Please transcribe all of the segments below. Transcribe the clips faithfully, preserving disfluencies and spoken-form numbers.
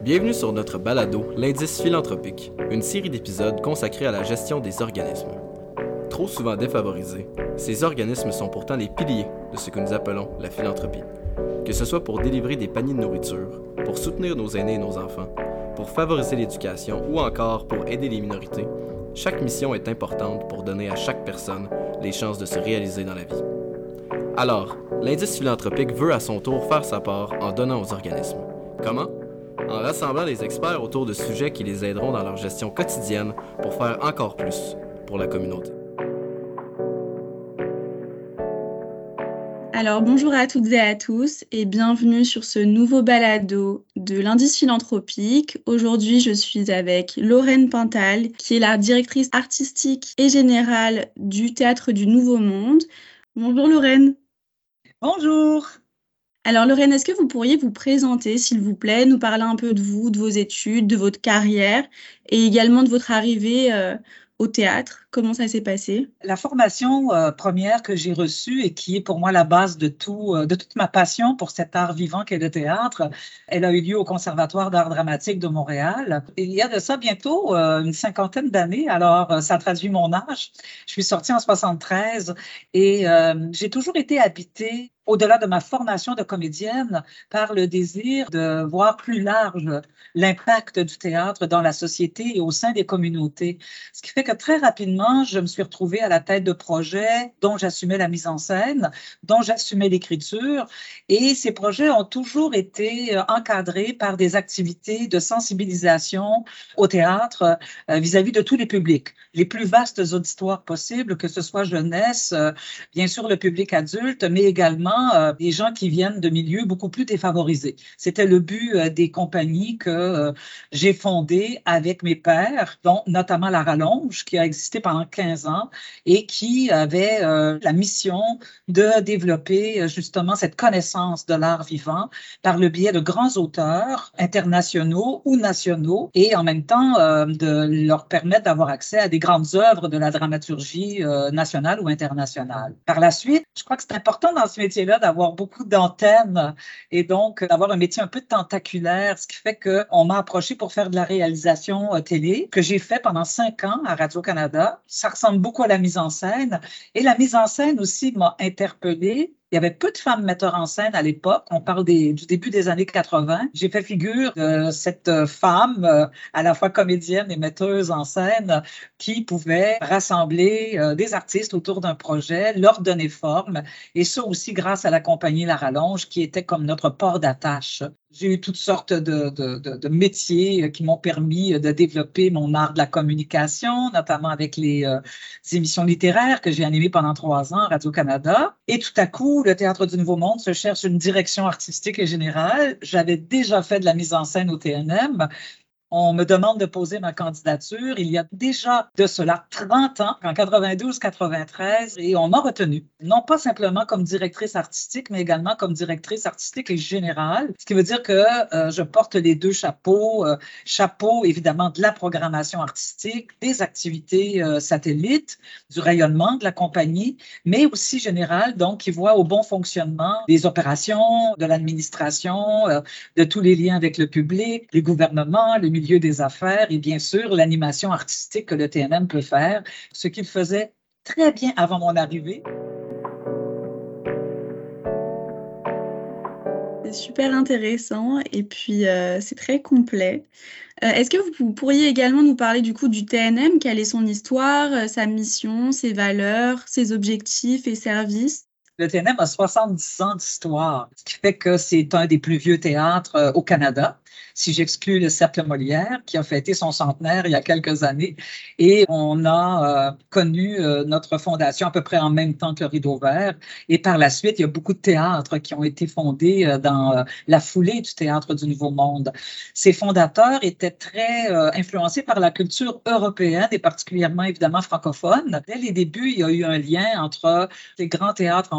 Bienvenue sur notre balado L'Indice philanthropique, une série d'épisodes consacrés à la gestion des organismes. Trop souvent défavorisés, ces organismes sont pourtant les piliers de ce que nous appelons la philanthropie. Que ce soit pour délivrer des paniers de nourriture, pour soutenir nos aînés et nos enfants, pour favoriser l'éducation ou encore pour aider les minorités, chaque mission est importante pour donner à chaque personne les chances de se réaliser dans la vie. Alors, l'Indice philanthropique veut à son tour faire sa part en donnant aux organismes. Comment? En rassemblant les experts autour de sujets qui les aideront dans leur gestion quotidienne pour faire encore plus pour la communauté. Alors bonjour à toutes et à tous et bienvenue sur ce nouveau balado de l'Indice philanthropique. Aujourd'hui, je suis avec Lorraine Pintal, qui est la directrice artistique et générale du Théâtre du Nouveau Monde. Bonjour Lorraine. Bonjour. Alors Lorraine, est-ce que vous pourriez vous présenter, s'il vous plaît, nous parler un peu de vous, de vos études, de votre carrière et également de votre arrivée euh, au théâtre? Comment ça s'est passé? La formation euh, première que j'ai reçue et qui est pour moi la base de tout, euh, de toute ma passion pour cet art vivant qu'est le théâtre, elle a eu lieu au Conservatoire d'art dramatique de Montréal. Et il y a de ça bientôt euh, une cinquantaine d'années, alors euh, ça traduit mon âge. Je suis sortie en soixante-treize et euh, j'ai toujours été habitée, au-delà de ma formation de comédienne, par le désir de voir plus large l'impact du théâtre dans la société et au sein des communautés. Ce qui fait que très rapidement, je me suis retrouvée à la tête de projets dont j'assumais la mise en scène, dont j'assumais l'écriture. Et ces projets ont toujours été encadrés par des activités de sensibilisation au théâtre euh, vis-à-vis de tous les publics, les plus vastes auditoires possibles, que ce soit jeunesse, euh, bien sûr le public adulte, mais également euh, des gens qui viennent de milieux beaucoup plus défavorisés. C'était le but euh, des compagnies que euh, j'ai fondées avec mes pairs, dont notamment La Rallonge, qui a existé pendant quinze ans et qui avait euh, la mission de développer euh, justement cette connaissance de l'art vivant par le biais de grands auteurs internationaux ou nationaux et en même temps euh, de leur permettre d'avoir accès à des grandes œuvres de la dramaturgie euh, nationale ou internationale. Par la suite, je crois que c'est important dans ce métier-là d'avoir beaucoup d'antennes et donc d'avoir un métier un peu tentaculaire, ce qui fait qu'on m'a approché pour faire de la réalisation euh, télé, que j'ai fait pendant cinq ans à Radio-Canada. Ça ressemble beaucoup à la mise en scène et la mise en scène aussi m'a interpellée. Il y avait peu de femmes metteurs en scène à l'époque. On parle des, du début des années quatre-vingt. J'ai fait figure de cette femme, euh, à la fois comédienne et metteuse en scène, qui pouvait rassembler euh, des artistes autour d'un projet, leur donner forme, et ça aussi grâce à la compagnie La Rallonge, qui était comme notre port d'attache. J'ai eu toutes sortes de, de, de, de métiers qui m'ont permis de développer mon art de la communication, notamment avec les, euh, les émissions littéraires que j'ai animées pendant trois ans à Radio-Canada. Et tout à coup, le Théâtre du Nouveau Monde se cherche une direction artistique et générale. J'avais déjà fait de la mise en scène au T N M. On me demande de poser ma candidature. Il y a déjà de cela trente ans, en quatre-vingt-douze quatre-vingt-treize, et on m'a retenue. Non pas simplement comme directrice artistique, mais également comme directrice artistique et générale, ce qui veut dire que euh, je porte les deux chapeaux. Euh, chapeau, évidemment, de la programmation artistique, des activités euh, satellites, du rayonnement de la compagnie, mais aussi générale, donc qui voit au bon fonctionnement des opérations, de l'administration, euh, de tous les liens avec le public, les gouvernements, le milieu des affaires et bien sûr l'animation artistique que le T N M peut faire, ce qu'il faisait très bien avant mon arrivée. C'est super intéressant et puis euh, c'est très complet. Euh, est-ce que vous pourriez également nous parler du coup du T N M? Quelle est son histoire, euh, sa mission, ses valeurs, ses objectifs et services? Le T N M a soixante-dix ans d'histoire, ce qui fait que c'est un des plus vieux théâtres euh, au Canada, si j'exclus le Cercle Molière, qui a fêté son centenaire il y a quelques années. Et on a euh, connu euh, notre fondation à peu près en même temps que le Rideau Vert. Et par la suite, il y a beaucoup de théâtres qui ont été fondés euh, dans euh, la foulée du Théâtre du Nouveau Monde. Ces fondateurs étaient très euh, influencés par la culture européenne et particulièrement évidemment francophone. Dès les débuts, il y a eu un lien entre les grands théâtres en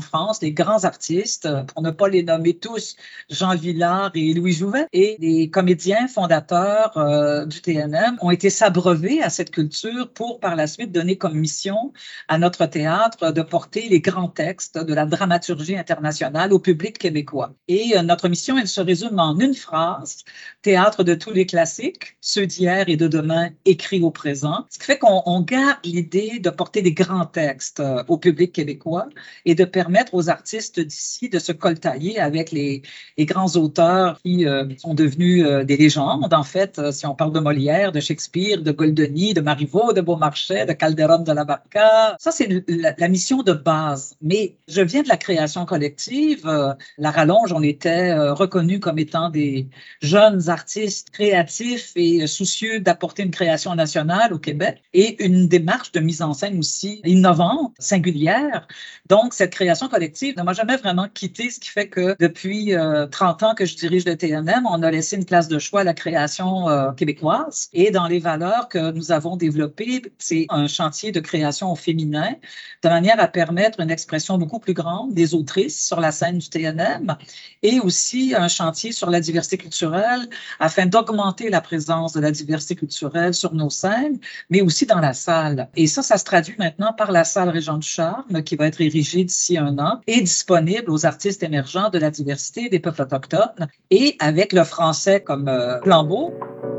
en France, les grands artistes, pour ne pas les nommer tous, Jean Vilar et Louis Jouvet, et les comédiens fondateurs euh, du T N M ont été s'abreuver à cette culture pour par la suite donner comme mission à notre théâtre de porter les grands textes de la dramaturgie internationale au public québécois. Et euh, notre mission, elle se résume en une phrase: théâtre de tous les classiques, ceux d'hier et de demain écrits au présent. Ce qui fait qu'on on garde l'idée de porter des grands textes euh, au public québécois et de permettre aux artistes d'ici de se coltailler avec les, les grands auteurs qui euh, sont devenus euh, des légendes, en fait, euh, si on parle de Molière, de Shakespeare, de Goldoni, de Marivaux, de Beaumarchais, de Calderon de la Barca. Ça, c'est la, la mission de base. Mais je viens de la création collective. Euh, la Rallonge, on était euh, reconnus comme étant des jeunes artistes créatifs et euh, soucieux d'apporter une création nationale au Québec et une démarche de mise en scène aussi innovante, singulière. Donc, cette création collective ne m'a jamais vraiment quitté, ce qui fait que depuis euh, trente ans que je dirige le T N M, on a laissé une place de choix à la création euh, québécoise. Et dans les valeurs que nous avons développées, c'est un chantier de création au féminin, de manière à permettre une expression beaucoup plus grande des autrices sur la scène du T N M, et aussi un chantier sur la diversité culturelle, afin d'augmenter la présence de la diversité culturelle sur nos scènes, mais aussi dans la salle. Et ça, ça se traduit maintenant par la salle Régent du Charme, qui va être érigée d'ici un an et disponible aux artistes émergents de la diversité des peuples autochtones, et avec le français comme euh, flambeau.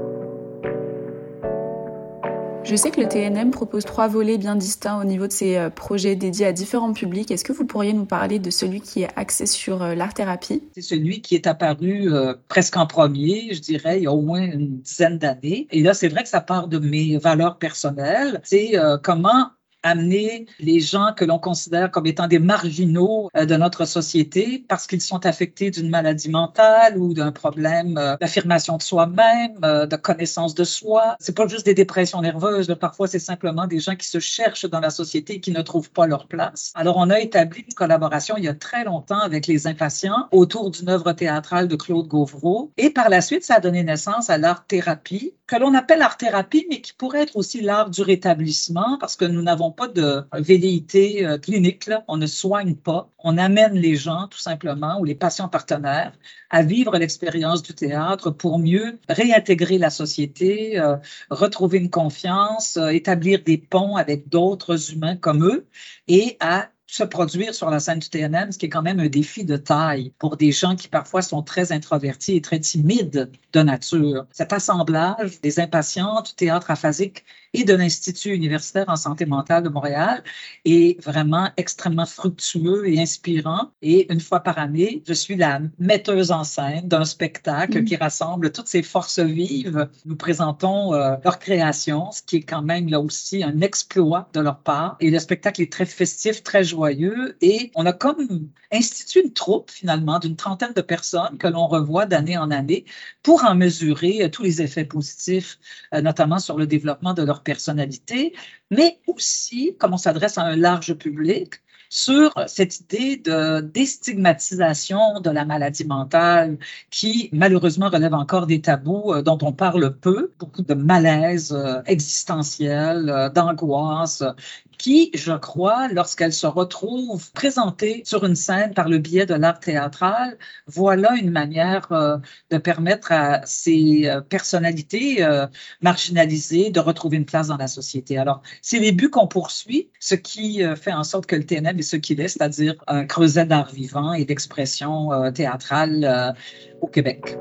Je sais que le T N M propose trois volets bien distincts au niveau de ses projets dédiés à différents publics. Est-ce que vous pourriez nous parler de celui qui est axé sur l'art-thérapie? C'est celui qui est apparu euh, presque en premier, je dirais, il y a au moins une dizaine d'années. Et là, c'est vrai que ça part de mes valeurs personnelles. C'est euh, comment amener les gens que l'on considère comme étant des marginaux euh, de notre société parce qu'ils sont affectés d'une maladie mentale ou d'un problème euh, d'affirmation de soi-même, euh, de connaissance de soi. C'est pas juste des dépressions nerveuses, là. Parfois c'est simplement des gens qui se cherchent dans la société et qui ne trouvent pas leur place. Alors on a établi une collaboration il y a très longtemps avec les Impatients autour d'une œuvre théâtrale de Claude Gauvreau, et par la suite ça a donné naissance à l'art-thérapie, que l'on appelle art-thérapie, mais qui pourrait être aussi l'art du rétablissement, parce que nous n'avons pas de velléité euh, clinique, là. On ne soigne pas. On amène les gens, tout simplement, ou les patients partenaires, à vivre l'expérience du théâtre pour mieux réintégrer la société, euh, retrouver une confiance, euh, établir des ponts avec d'autres humains comme eux, et à se produire sur la scène du T N M, ce qui est quand même un défi de taille pour des gens qui parfois sont très introvertis et très timides de nature. Cet assemblage des Impatients, du théâtre aphasique et de l'Institut universitaire en santé mentale de Montréal est vraiment extrêmement fructueux et inspirant. Et une fois par année, je suis la metteuse en scène d'un spectacle mmh. qui rassemble toutes ces forces vives. Nous présentons euh, leur création, ce qui est quand même là aussi un exploit de leur part. Et le spectacle est très festif, très joyeux. Et on a comme institué une troupe finalement d'une trentaine de personnes que l'on revoit d'année en année pour en mesurer euh, tous les effets positifs, euh, notamment sur le développement de leur personnalité, mais aussi, comme on s'adresse à un large public, sur cette idée de déstigmatisation de la maladie mentale qui, malheureusement, relève encore des tabous euh, dont on parle peu, beaucoup de malaise euh, existentiel, euh, d'angoisse, qui, je crois, lorsqu'elle se retrouve présentée sur une scène par le biais de l'art théâtral, voilà une manière euh, de permettre à ces euh, personnalités euh, marginalisées de retrouver une place dans la société. Alors, c'est les buts qu'on poursuit, ce qui euh, fait en sorte que le T N M est ce qu'il est, c'est-à-dire un creuset d'art vivant et d'expression euh, théâtrale euh, au Québec.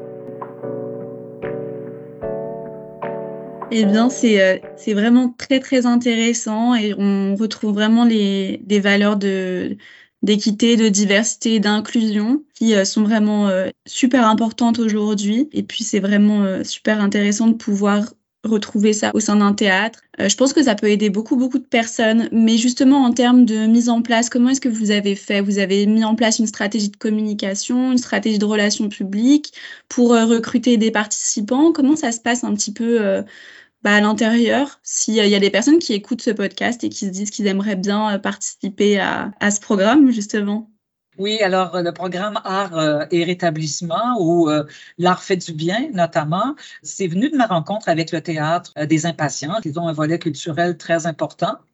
Eh bien, c'est euh, c'est vraiment très, très intéressant et on retrouve vraiment les, les valeurs de, d'équité, de diversité et d'inclusion qui euh, sont vraiment euh, super importantes aujourd'hui. Et puis, c'est vraiment euh, super intéressant de pouvoir retrouver ça au sein d'un théâtre. Euh, je pense que ça peut aider beaucoup, beaucoup de personnes. Mais justement, en termes de mise en place, comment est-ce que vous avez fait? Vous avez mis en place une stratégie de communication, une stratégie de relations publiques pour euh, recruter des participants. Comment ça se passe un petit peu euh, bah, à l'intérieur, s'il y a des personnes qui écoutent ce podcast et qui se disent qu'ils aimeraient bien participer à, à ce programme, justement? Oui, alors le programme Art euh, et rétablissement ou euh, l'art fait du bien notamment, c'est venu de ma rencontre avec le théâtre euh, des Impatients. Ils ont un volet culturel très important.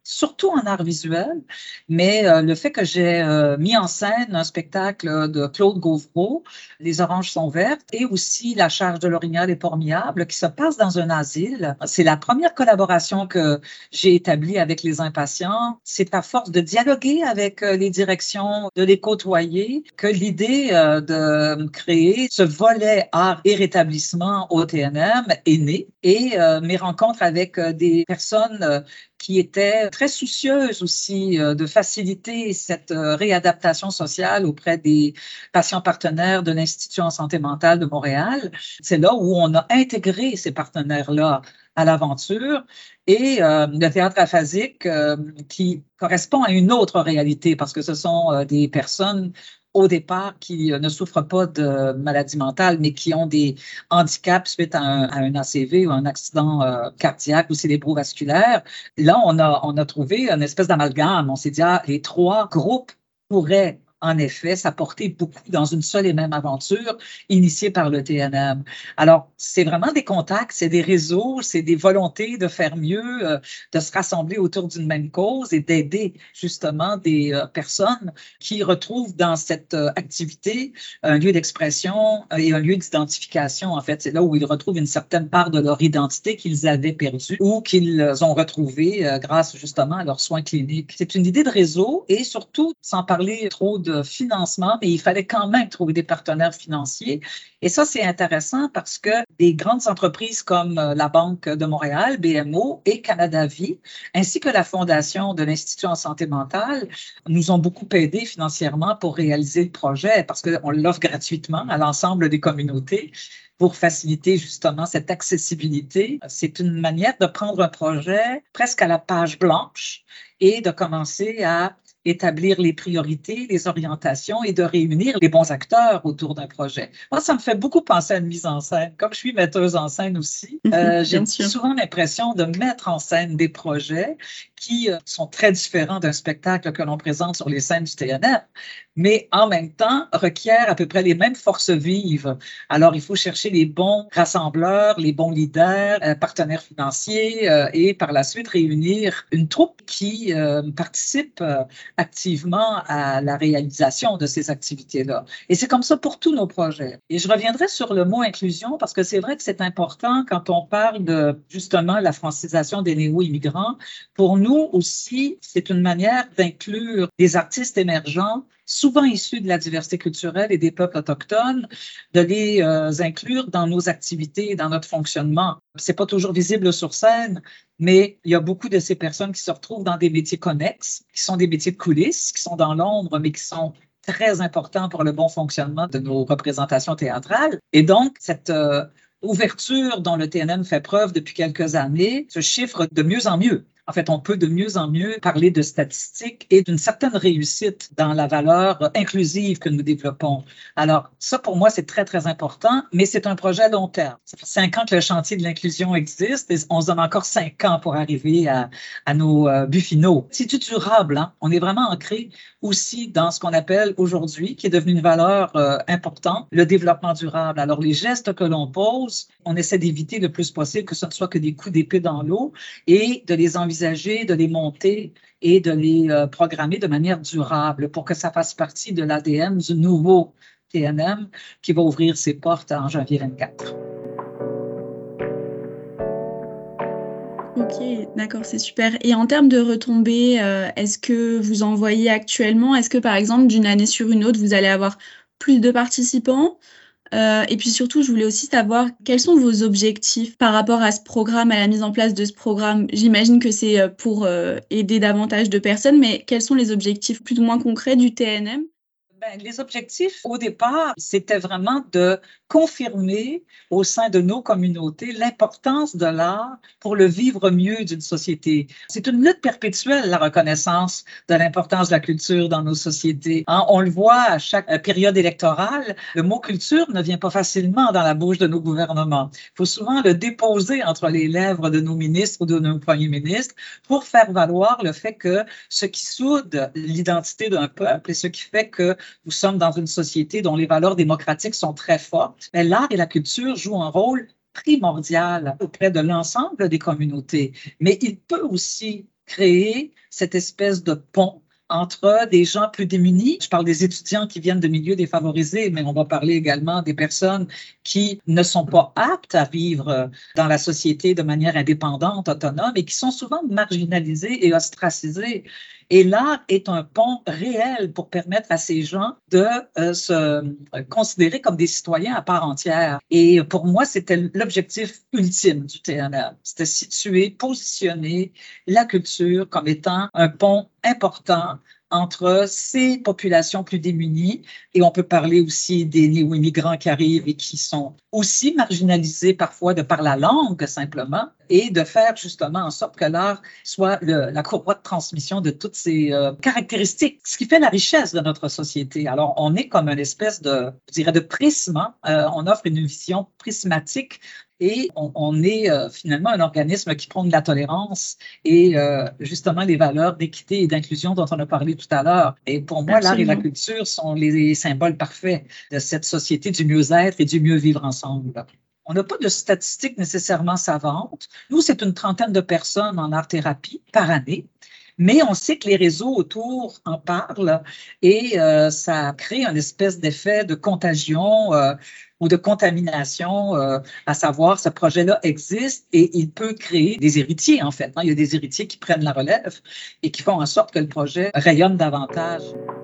surtout en art visuel, mais euh, le fait que j'ai euh, mis en scène un spectacle de Claude Gauvreau, Les oranges sont vertes, et aussi La charge de l'orignal est formidable, qui se passe dans un asile. C'est la première collaboration que j'ai établie avec les impatients. C'est à force de dialoguer avec euh, les directions, de les côtoyer, que l'idée euh, de créer ce volet art et rétablissement au T N M est née. Et euh, mes rencontres avec euh, des personnes euh, qui étaient très soucieuses aussi euh, de faciliter cette euh, réadaptation sociale auprès des patients partenaires de l'Institut en santé mentale de Montréal. C'est là où on a intégré ces partenaires-là à l'aventure et euh, le théâtre aphasique euh, qui correspond à une autre réalité parce que ce sont euh, des personnes au départ qui euh, ne souffrent pas de maladie mentale, mais qui ont des handicaps suite à un, à un A C V ou un accident euh, cardiaque ou cérébrovasculaire. Là, on a, on a trouvé une espèce d'amalgame. On s'est dit, ah, les trois groupes pourraient en effet s'apporter beaucoup dans une seule et même aventure initiée par le T N M. Alors, c'est vraiment des contacts, c'est des réseaux, c'est des volontés de faire mieux, euh, de se rassembler autour d'une même cause et d'aider justement des euh, personnes qui retrouvent dans cette euh, activité un lieu d'expression et un lieu d'identification. En fait, c'est là où ils retrouvent une certaine part de leur identité qu'ils avaient perdue ou qu'ils ont retrouvée euh, grâce justement à leurs soins cliniques. C'est une idée de réseau et surtout, sans parler trop de de financement, mais il fallait quand même trouver des partenaires financiers. Et ça, c'est intéressant parce que des grandes entreprises comme la Banque de Montréal, B M O et Canada Vie, ainsi que la Fondation de l'Institut en santé mentale, nous ont beaucoup aidés financièrement pour réaliser le projet parce qu'on l'offre gratuitement à l'ensemble des communautés pour faciliter justement cette accessibilité. C'est une manière de prendre un projet presque à la page blanche et de commencer à établir les priorités, les orientations et de réunir les bons acteurs autour d'un projet. Moi, ça me fait beaucoup penser à une mise en scène. Comme je suis metteuse en scène aussi, euh, j'ai souvent l'impression de mettre en scène des projets qui euh, sont très différents d'un spectacle que l'on présente sur les scènes du T N M, mais en même temps requièrent à peu près les mêmes forces vives. Alors, il faut chercher les bons rassembleurs, les bons leaders, euh, partenaires financiers euh, et par la suite réunir une troupe qui euh, participe euh, activement à la réalisation de ces activités-là. Et c'est comme ça pour tous nos projets. Et je reviendrai sur le mot inclusion parce que c'est vrai que c'est important quand on parle de justement la francisation des néo-immigrants. Pour nous aussi, c'est une manière d'inclure des artistes émergents souvent issus de la diversité culturelle et des peuples autochtones, de les euh, inclure dans nos activités et dans notre fonctionnement. C'est pas toujours visible sur scène, mais il y a beaucoup de ces personnes qui se retrouvent dans des métiers connexes, qui sont des métiers de coulisses, qui sont dans l'ombre, mais qui sont très importants pour le bon fonctionnement de nos représentations théâtrales. Et donc, cette euh, ouverture dont le T N M fait preuve depuis quelques années se chiffre de mieux en mieux. En fait, on peut de mieux en mieux parler de statistiques et d'une certaine réussite dans la valeur inclusive que nous développons. Alors, ça, pour moi, c'est très, très important, mais c'est un projet à long terme. Ça fait cinq ans que le chantier de l'inclusion existe et on se donne encore cinq ans pour arriver à, à nos euh, buts finaux. C'est du durable, hein? On est vraiment ancré aussi dans ce qu'on appelle aujourd'hui, qui est devenu une valeur euh, importante, le développement durable. Alors, les gestes que l'on pose, on essaie d'éviter le plus possible que ce ne soit que des coups d'épée dans l'eau et de les envisager de les monter et de les euh, programmer de manière durable pour que ça fasse partie de l'A D N du nouveau T N M qui va ouvrir ses portes en janvier vingt-quatre. Ok, d'accord, c'est super. Et en termes de retombées, euh, est-ce que vous en voyez actuellement? Est-ce que par exemple, d'une année sur une autre, vous allez avoir plus de participants? Euh, et puis surtout, je voulais aussi savoir quels sont vos objectifs par rapport à ce programme, à la mise en place de ce programme. J'imagine que c'est pour euh, aider davantage de personnes, mais quels sont les objectifs plus ou moins concrets du T N M? Ben, les objectifs, au départ, c'était vraiment de confirmer au sein de nos communautés l'importance de l'art pour le vivre mieux d'une société. C'est une lutte perpétuelle, la reconnaissance de l'importance de la culture dans nos sociétés. Hein, on le voit à chaque période électorale, le mot culture ne vient pas facilement dans la bouche de nos gouvernements. Il faut souvent le déposer entre les lèvres de nos ministres ou de nos premiers ministres pour faire valoir le fait que ce qui soude l'identité d'un peuple et ce qui fait que nous sommes dans une société dont les valeurs démocratiques sont très fortes. Mais l'art et la culture jouent un rôle primordial auprès de l'ensemble des communautés. Mais il peut aussi créer cette espèce de pont entre des gens plus démunis. Je parle des étudiants qui viennent de milieux défavorisés, mais on va parler également des personnes qui ne sont pas aptes à vivre dans la société de manière indépendante, autonome, et qui sont souvent marginalisées et ostracisées. Et l'art est un pont réel pour permettre à ces gens de euh, se considérer comme des citoyens à part entière. Et pour moi, c'était l'objectif ultime du T N M. C'était situer, positionner la culture comme étant un pont important entre ces populations plus démunies, et on peut parler aussi des néo-immigrants qui arrivent et qui sont aussi marginalisés parfois de par la langue simplement, et de faire justement en sorte que l'art soit le, la courroie de transmission de toutes ces euh, caractéristiques, ce qui fait la richesse de notre société. Alors, on est comme une espèce de, je dirais, de prisme, hein? euh, on offre une vision prismatique. Et on, on est euh, finalement un organisme qui prône la tolérance et euh, justement les valeurs d'équité et d'inclusion dont on a parlé tout à l'heure. Et pour moi, l'art et la culture sont les symboles parfaits de cette société du mieux-être et du mieux vivre ensemble. On n'a pas de statistiques nécessairement savantes. Nous, c'est une trentaine de personnes en art-thérapie par année. Mais on sait que les réseaux autour en parlent et euh, ça crée une espèce d'effet de contagion euh, ou de contamination, euh, à savoir ce projet-là existe et il peut créer des héritiers en fait. Hein. Il y a des héritiers qui prennent la relève et qui font en sorte que le projet rayonne davantage.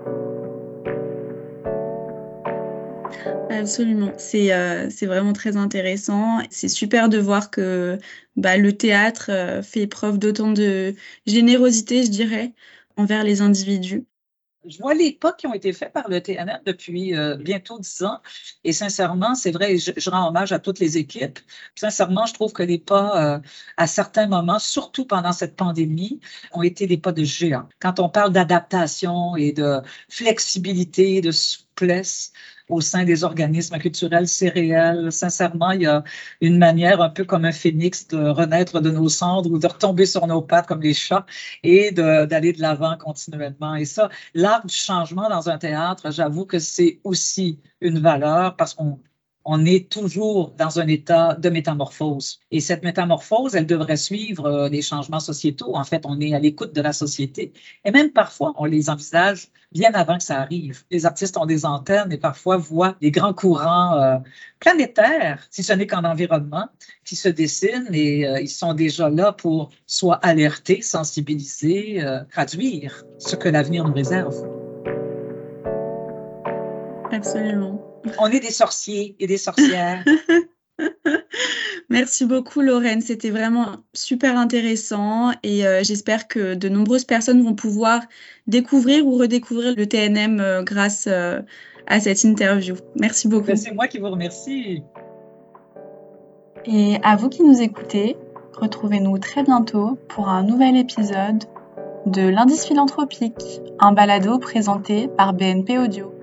Absolument, c'est euh, c'est vraiment très intéressant. C'est super de voir que bah, le théâtre euh, fait preuve d'autant de générosité, je dirais, envers les individus. Je vois les pas qui ont été faits par le T N M depuis euh, bientôt dix ans. Et sincèrement, c'est vrai, je, je rends hommage à toutes les équipes. Sincèrement, je trouve que les pas, euh, à certains moments, surtout pendant cette pandémie, ont été des pas de géant. Quand on parle d'adaptation et de flexibilité, de souplesse au sein des organismes culturels, c'est réel. Sincèrement, il y a une manière un peu comme un phénix de renaître de nos cendres ou de retomber sur nos pattes comme les chats et de, d'aller de l'avant continuellement. Et ça, l'art du changement dans un théâtre, j'avoue que c'est aussi une valeur parce qu'on on est toujours dans un état de métamorphose. Et cette métamorphose, elle devrait suivre les changements sociétaux. En fait, on est à l'écoute de la société. Et même parfois, on les envisage bien avant que ça arrive. Les artistes ont des antennes et parfois voient des grands courants euh, planétaires, si ce n'est qu'en environnement, qui se dessinent et euh, ils sont déjà là pour soit alerter, sensibiliser, euh, traduire ce que l'avenir nous réserve. Absolument. On est des sorciers et des sorcières. Merci beaucoup, Lorraine. C'était vraiment super intéressant et euh, j'espère que de nombreuses personnes vont pouvoir découvrir ou redécouvrir le T N M euh, grâce euh, à cette interview. Merci beaucoup. Ben, c'est moi qui vous remercie. Et à vous qui nous écoutez, retrouvez-nous très bientôt pour un nouvel épisode de l'Indice philanthropique, un balado présenté par B N P Audio.